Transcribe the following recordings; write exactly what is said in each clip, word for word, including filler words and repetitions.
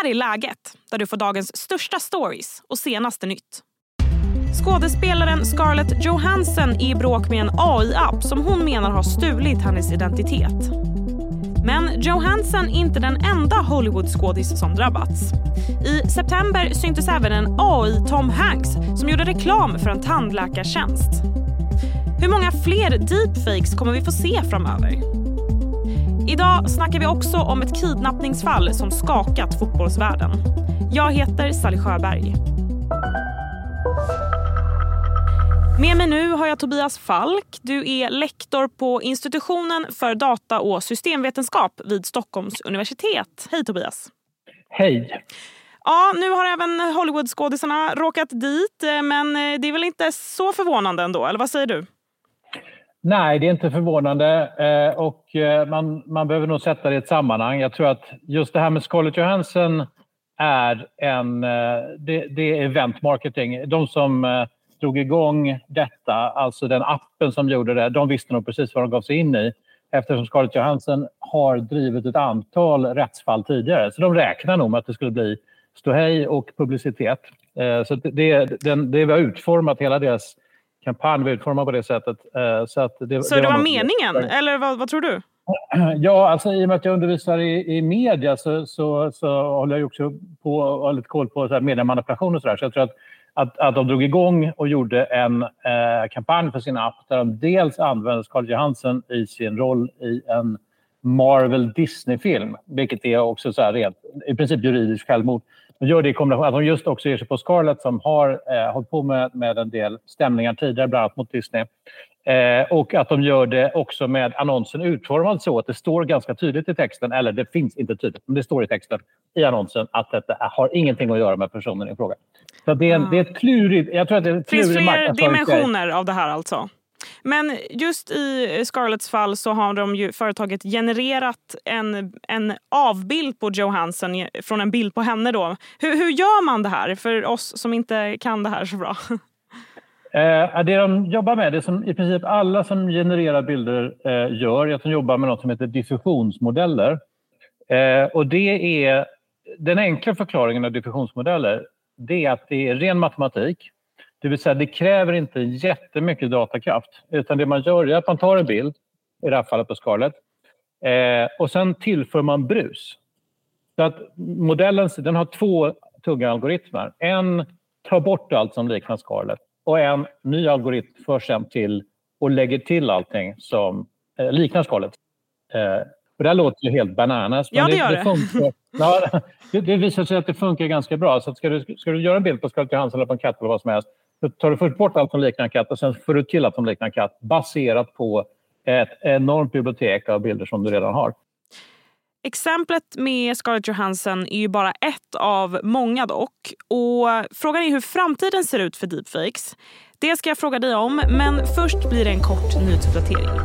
här är läget, där du får dagens största stories och senaste nytt. Skådespelaren Scarlett Johansson är i bråk med en A I-app som hon menar har stulit hennes identitet. Men Johansson är inte den enda Hollywood-skådis som drabbats. I september syntes även en A I Tom Hanks som gjorde reklam för en tandläkartjänst. Hur många fler deepfakes kommer vi få se framöver? Idag snackar vi också om ett kidnappningsfall som skakat fotbollsvärlden. Jag heter Sally Sjöberg. Med mig nu har jag Tobias Falk. Du är lektor på institutionen för data- och systemvetenskap vid Stockholms universitet. Hej Tobias. Hej. Ja, nu har även Hollywood-skådisarna råkat dit, men det är väl inte så förvånande ändå, eller vad säger du? Nej, det är inte förvånande och man, man behöver nog sätta det i ett sammanhang. Jag tror att just det här med Scarlett Johansson är en, det, det är event marketing. De som drog igång detta, alltså den appen som gjorde det, de visste nog precis vad de gav sig in i, eftersom Scarlett Johansson har drivit ett antal rättsfall tidigare. Så de räknar nog med att det skulle bli ståhej och publicitet. Så det, det, det var utformat, hela deras kampanj var utformad på det sättet. Så, att det, så det det var, var meningen, eller vad, vad tror du? Ja, alltså i och med att jag undervisar i, i media så, så, så håller jag också på och har lite koll på så här mediemanipulation och sådär. Så jag tror att Att, att de drog igång och gjorde en eh, kampanj för sin app där de dels använde Scarlett Johansson i sin roll i en Marvel Disney-film, vilket är också så här rent, i princip juridiskt självmord. De gör det i kombination att de just också ger sig på Scarlett som har eh, hållit på med, med en del stämningar tidigare, bland annat mot Disney. Eh, och att de gör det också med annonsen utformad så att det står ganska tydligt i texten, eller det finns inte tydligt, men det står i texten i annonsen att detta har ingenting att göra med personen i fråga. Så det är, en, det är ett klurigt, jag tror att det är ett finns klurigt fler dimensioner av det här alltså. Men just i Scarletts fall så har de ju företaget genererat en, en avbild på Johansson från en bild på henne då. Hur, hur gör man det här för oss som inte kan det här så bra? Eh, det de jobbar med, det som i princip alla som genererar bilder eh, gör, är att de jobbar med något som heter diffusionsmodeller. Eh, och det är den enkla förklaringen av diffusionsmodeller, det är att det är ren matematik. Det vill säga det kräver inte jättemycket datakraft, utan det man gör är att man tar en bild, i det här fallet på Scarlett, eh, och sen tillför man brus. Så att modellen, den har två tunga algoritmer. En tar bort allt som liknar Scarlett och en ny algoritm förs sen till och lägger till allting som eh, liknar Scarlett. Eh, och det här låter ju helt bananas. Men ja, det gör det. Det, funkar, ja, det, det visar sig att det funkar ganska bra. Så att ska, du, ska du göra en bild på Scarlett Johansson eller på en katt eller vad som helst, så tar du först bort allt som liknar en katt och sen för du till allt som liknar en katt baserat på ett enormt bibliotek av bilder som du redan har. Exemplet med Scarlett Johansson är ju bara ett av många dock. Och frågan är hur framtiden ser ut för deepfakes. Det ska jag fråga dig om, men först blir det en kort nyhetsuppdatering.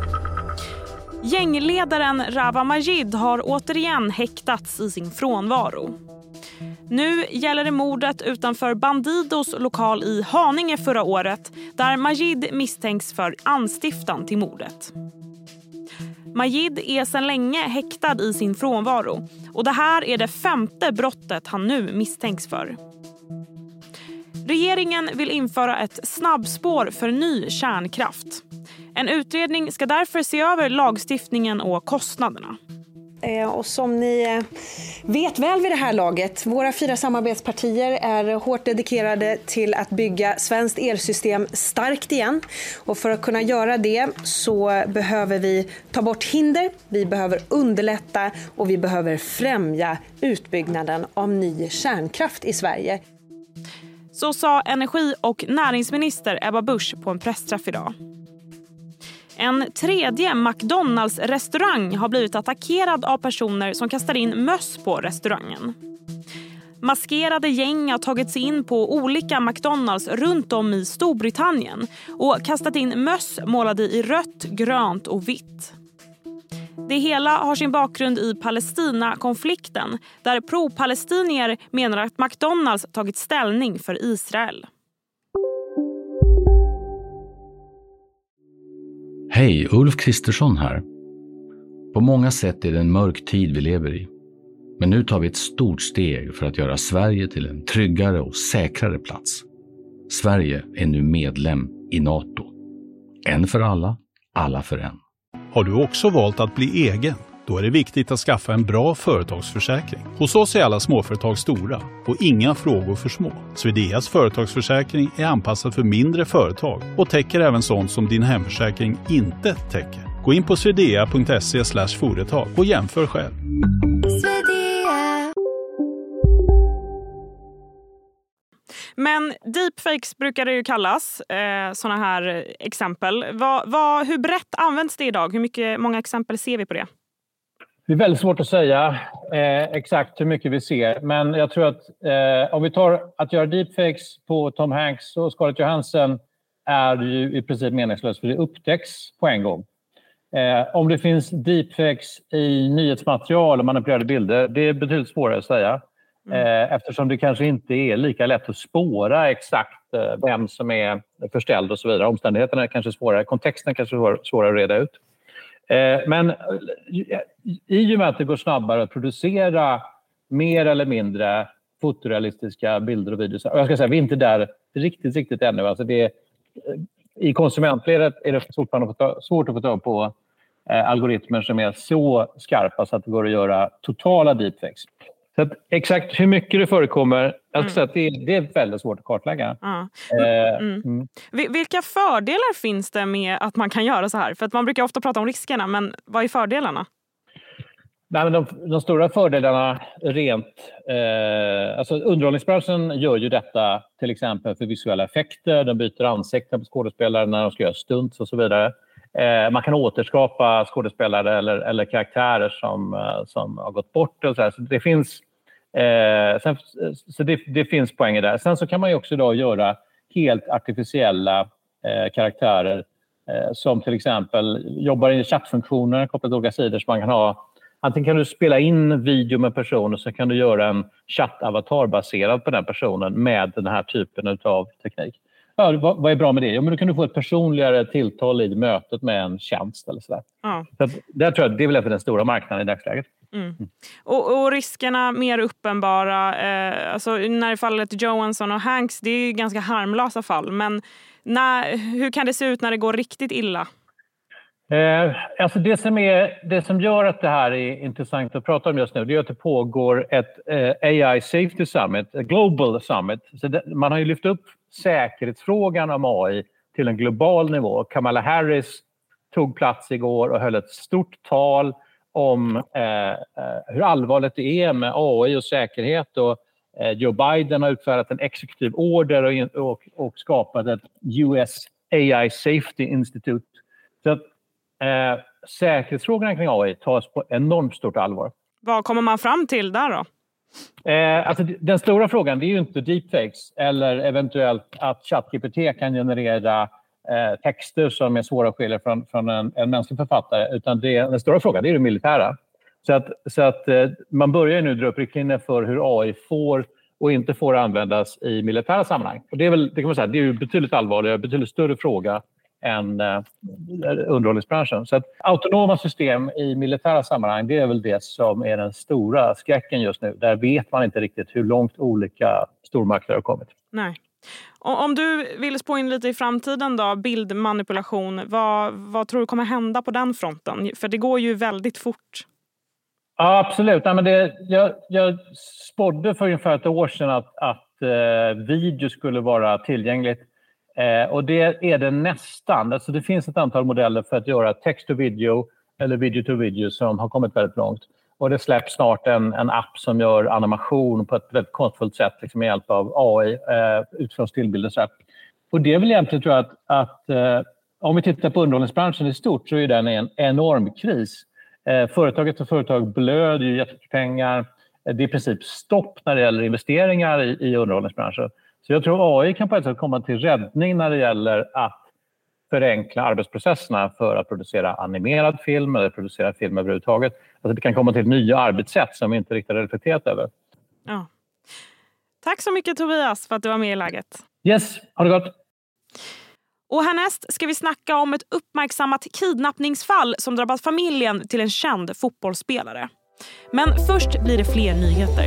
Gängledaren Rawa Majid har återigen häktats i sin frånvaro. Nu gäller det mordet utanför Bandidos lokal i Haninge förra året, där Majid misstänks för anstiftan till mordet. Majid är sedan länge häktad i sin frånvaro och det här är det femte brottet han nu misstänks för. Regeringen vill införa ett snabbspår för ny kärnkraft. En utredning ska därför se över lagstiftningen och kostnaderna. Och som ni vet väl vid det här laget, våra fyra samarbetspartier är hårt dedikerade till att bygga svenskt elsystem starkt igen. Och för att kunna göra det så behöver vi ta bort hinder, vi behöver underlätta och vi behöver främja utbyggnaden av ny kärnkraft i Sverige. Så sa energi- och näringsminister Ebba Busch på en pressträff idag. En tredje McDonalds-restaurang har blivit attackerad av personer som kastar in möss på restaurangen. Maskerade gäng har tagit sig in på olika McDonalds runt om i Storbritannien och kastat in möss målade i rött, grönt och vitt. Det hela har sin bakgrund i Palestina-konflikten där pro-palestinier menar att McDonalds tagit ställning för Israel. Hej, Ulf Kristersson här. På många sätt är det en mörk tid vi lever i. Men nu tar vi ett stort steg för att göra Sverige till en tryggare och säkrare plats. Sverige är nu medlem i NATO. En för alla, alla för en. Har du också valt att bli egen? Då är det viktigt att skaffa en bra företagsförsäkring. Hos oss är alla småföretag stora och inga frågor för små. Swedeas företagsförsäkring är anpassad för mindre företag och täcker även sånt som din hemförsäkring inte täcker. Gå in på swedea punkt se slash företag och jämför själv. Men deepfakes brukar det ju kallas, eh, sådana här exempel. Va, va, hur brett används det idag? Hur mycket, många exempel ser vi på det? Det är väldigt svårt att säga eh, exakt hur mycket vi ser. Men jag tror att eh, om vi tar att göra deepfakes på Tom Hanks och Scarlett Johansson är ju i princip meningslöst, för det upptäcks på en gång. Eh, om det finns deepfakes i nyhetsmaterial och manipulerade bilder, det är betydligt svårare att säga. Eh, eftersom det kanske inte är lika lätt att spåra exakt eh, vem som är förställd och så vidare. Omständigheterna är kanske svårare, kontexten kanske är svårare att reda ut. Eh, men i och med att det går snabbare att producera mer eller mindre fotorealistiska bilder och videos. Och jag ska säga, vi är inte där riktigt, riktigt ännu. Alltså det är, i konsumentledet är det fortfarande svårt att få tag på eh, algoritmer som är så skarpa så att det går att göra totala deepfakes. Så att exakt hur mycket det förekommer, jag ska säga att det, är, det är väldigt svårt att kartlägga. Ja. Eh, Mm. mm. Vilka fördelar finns det med att man kan göra så här? För att man brukar ofta prata om riskerna, men vad är fördelarna? Nej, men de, de stora fördelarna rent... Eh, alltså underhållningsbranschen gör ju detta till exempel för visuella effekter. De byter ansikten på skådespelare när de ska göra stunts och så vidare. Eh, man kan återskapa skådespelare eller, eller karaktärer som, eh, som har gått bort. Och så här. Så det finns, eh, sen, så det, det finns poänger där. Sen så kan man ju också idag göra helt artificiella eh, karaktärer eh, som till exempel jobbar i chattfunktioner kopplat till olika sidor som man kan ha. Antingen kan du spela in video med personen och så kan du göra en chattavatar baserad på den personen med den här typen av teknik. Ja, vad, vad är bra med det? Ja, men då kan du få ett personligare tilltal i mötet med en tjänst eller sådär. Ja. Så att, där tror jag det är väl för den stora marknaden i dagsläget. Mm. Mm. Och, och riskerna mer uppenbara. Eh, alltså när det fallet Johansson och Hanks, det är ju ganska harmlösa fall. Men när, hur kan det se ut när det går riktigt illa? Eh, alltså det, som är, det som gör att det här är intressant att prata om just nu, det är att det pågår ett eh, A I Safety Summit, ett Global Summit. Så det, man har ju lyft upp säkerhetsfrågan om A I till en global nivå. Kamala Harris tog plats igår och höll ett stort tal om eh, hur allvarligt det är med A I och säkerhet. Och, eh, Joe Biden har utfärdat en exekutiv order och, och, och skapat ett U S A I Safety Institute. Så att, Eh, säkerhetsfrågorna kring A I tas på enormt stort allvar. Vad kommer man fram till där då? Eh, alltså, den stora frågan det är ju inte deepfakes eller eventuellt att ChatGPT kan generera eh, texter som är svåra att skilja från, från en, en mänsklig författare. Utan det, den stora frågan det är det militära. Så att, så att eh, man börjar nu dra upp riktlinjer för hur A I får och inte får användas i militära sammanhang. Och det är väl, det kan man säga, det är ju betydligt allvarligare, betydligt större fråga än eh, underhållningsbranschen. Så att autonoma system i militära sammanhang, det är väl det som är den stora skräcken just nu. Där vet man inte riktigt hur långt olika stormakter har kommit. Nej. Och om du vill spå in lite i framtiden då, bildmanipulation, vad, vad tror du kommer hända på den fronten? För det går ju väldigt fort. Ja, absolut. Nej, men det, jag, jag spådde för ungefär ett år sedan att, att eh, video skulle vara tillgängligt. Eh, och det är det nästan. Alltså det finns ett antal modeller för att göra text to video eller video to video som har kommit väldigt långt. Och det släpps snart en, en app som gör animation på ett väldigt konstfullt sätt liksom med hjälp av A I eh, utifrån stillbilder. Och det är väl egentligen tror jag att, att eh, om vi tittar på underhållningsbranschen i stort så är den en enorm kris. Eh, företaget och företag blöder ju jättemycket pengar. Det är i princip stopp när det gäller investeringar i, i underhållningsbranschen. Så jag tror A I kan på ett sätt komma till räddning när det gäller att förenkla arbetsprocesserna för att producera animerad film eller producera film överhuvudtaget. Alltså det kan komma till nya arbetssätt som vi inte riktigt har reflekterat över. Ja. Tack så mycket Tobias för att du var med i Läget. Yes, ha det gott! Och härnäst ska vi snacka om ett uppmärksammat kidnappningsfall som drabbat familjen till en känd fotbollsspelare. Men först blir det fler nyheter.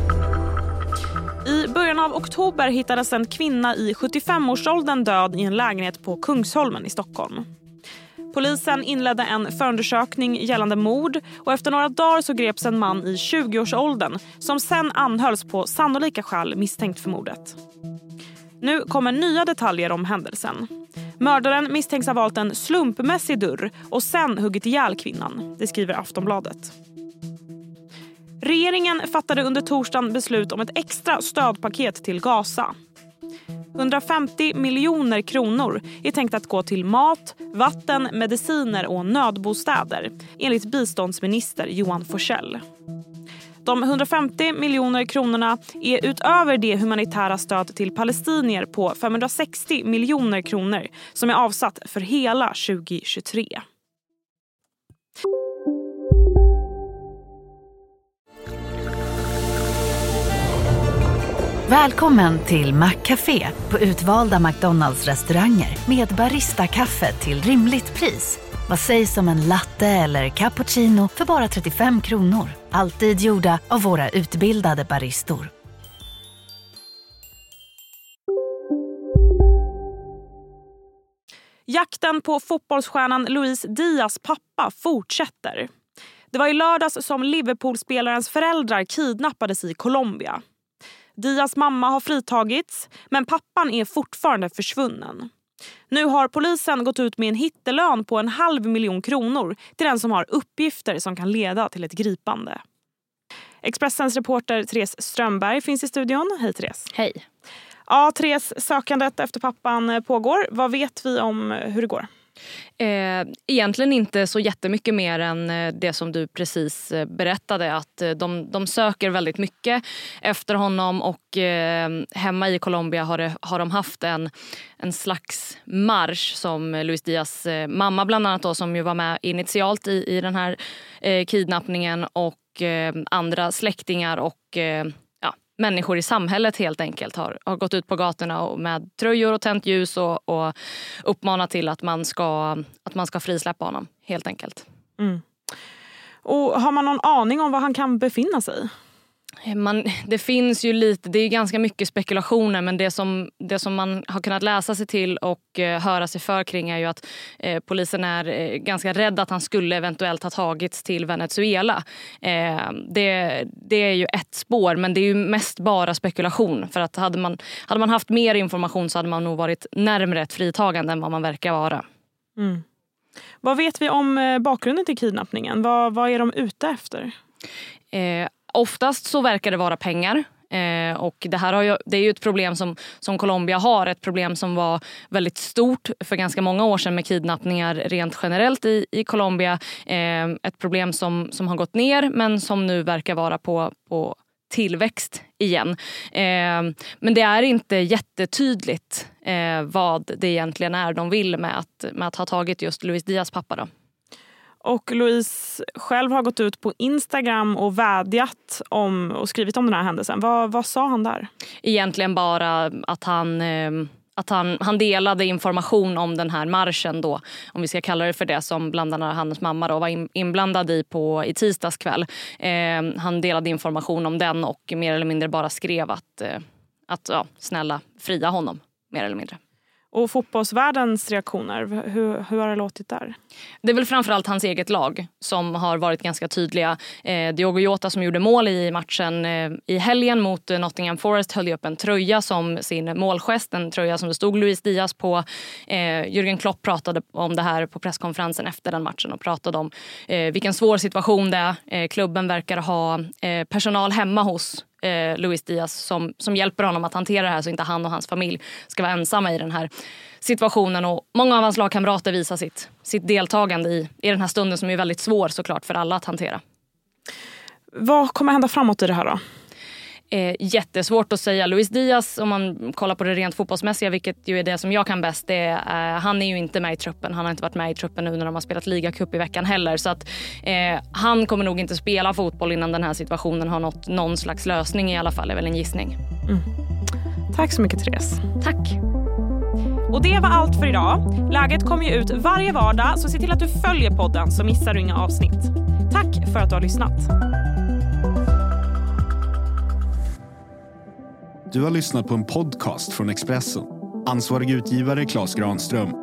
I början av oktober hittades en kvinna i sjuttiofem-årsåldern död i en lägenhet på Kungsholmen i Stockholm. Polisen inledde en förundersökning gällande mord och efter några dagar så greps en man i tjugo-årsåldern som sen anhölls på sannolika skäl misstänkt för mordet. Nu kommer nya detaljer om händelsen. Mördaren misstänks ha valt en slumpmässig dörr och sen huggit ihjäl kvinnan, det skriver Aftonbladet. Regeringen fattade under torsdagen beslut om ett extra stödpaket till Gaza. hundrafemtio miljoner kronor är tänkt att gå till mat, vatten, mediciner och nödbostäder, enligt biståndsminister Johan Forssell. De hundrafemtio miljoner kronorna är utöver det humanitära stöd till palestinier på femhundrasextio miljoner kronor som är avsatt för hela tjugohundratjugotre. Välkommen till Maccafé på utvalda McDonalds restauranger med Barista-kaffe till rimligt pris. Vad sägs om en latte eller cappuccino för bara trettiofem kronor? Alltid gjorda av våra utbildade baristor. Jakten på fotbollsstjärnan Luis Diaz pappa fortsätter. Det var i lördags som Liverpool-spelarens föräldrar kidnappades i Colombia. Diaz mamma har fritagits, men pappan är fortfarande försvunnen. Nu har polisen gått ut med en hittelön på en halv miljon kronor till den som har uppgifter som kan leda till ett gripande. Expressens reporter Therese Strömberg finns i studion. Hej Therese. Hej. Ja, Therese, sökandet efter pappan pågår. Vad vet vi om hur det går? Eh, egentligen inte så jättemycket mer än det som du precis berättade, att de, de söker väldigt mycket efter honom och eh, hemma i Colombia har, det, har de haft en, en slags marsch som Luis Diaz eh, mamma bland annat då, som ju var med initialt i, i den här eh, kidnappningen och eh, andra släktingar och eh, människor i samhället helt enkelt har, har gått ut på gatorna och med tröjor och tänt ljus och, och uppmanat till att man ska, att man ska frisläppa honom helt enkelt. Mm. Och har man någon aning om var han kan befinna sig? Man, det finns ju lite, det är ganska mycket spekulationer, men det som, det som man har kunnat läsa sig till och eh, höra sig för kring är ju att eh, polisen är eh, ganska rädd att han skulle eventuellt ha tagits till Venezuela. Eh, det, det är ju ett spår, men det är ju mest bara spekulation, för att hade man, hade man haft mer information så hade man nog varit närmare ett fritagande än vad man verkar vara. Mm. Vad vet vi om bakgrunden till kidnappningen? Vad, vad är de ute efter? Eh, Oftast så verkar det vara pengar eh, och det här har ju, det är ju ett problem som, som Colombia har, ett problem som var väldigt stort för ganska många år sedan med kidnappningar rent generellt i, i Colombia. Eh, ett problem som, som har gått ner men som nu verkar vara på, på tillväxt igen. Eh, men det är inte jättetydligt eh, vad det egentligen är de vill med att, med att ha tagit just Luis Diaz pappa då. Och Luis själv har gått ut på Instagram och vädjat om och skrivit om den här händelsen. Vad, vad sa han där? Egentligen bara att han, att han, han delade information om den här marschen då, om vi ska kalla det för det, som bland annat hans mamma då var inblandad i på i tisdags kväll. Eh, han delade information om den och mer eller mindre bara skrev att, att ja, snälla fria honom, mer eller mindre. Och fotbollsvärldens reaktioner, hur, hur har det låtit där? Det är väl framförallt hans eget lag som har varit ganska tydliga. Eh, Diogo Jota som gjorde mål i matchen eh, i helgen mot eh, Nottingham Forest höll ju upp en tröja som sin målgest, en tröja som det stod Luis Diaz på. Eh, Jürgen Klopp pratade om det här på presskonferensen efter den matchen och pratade om eh, vilken svår situation det är. Eh, klubben verkar ha eh, personal hemma hos Eh, Luis Diaz som, som hjälper honom att hantera det här så inte han och hans familj ska vara ensamma i den här situationen, och många av hans lagkamrater visar sitt, sitt deltagande i, i den här stunden som är väldigt svår såklart för alla att hantera. Vad kommer hända framåt i det här då? Eh, jättesvårt att säga. Luis Diaz, om man kollar på det rent fotbollsmässiga, vilket ju är det som jag kan bäst, det är, eh, han är ju inte med i truppen. Han har inte varit med i truppen nu när de har spelat ligacup i veckan heller. Så att eh, han kommer nog inte spela fotboll innan den här situationen har nått någon slags lösning i alla fall, är väl en gissning. Mm. Tack så mycket, Therese. Tack. Och det var allt för idag. Läget kommer ju ut varje vardag, så se till att du följer podden så missar du inga avsnitt. Tack för att du har lyssnat. Du har lyssnat på en podcast från Expressen. Ansvarig utgivare Claes Granström.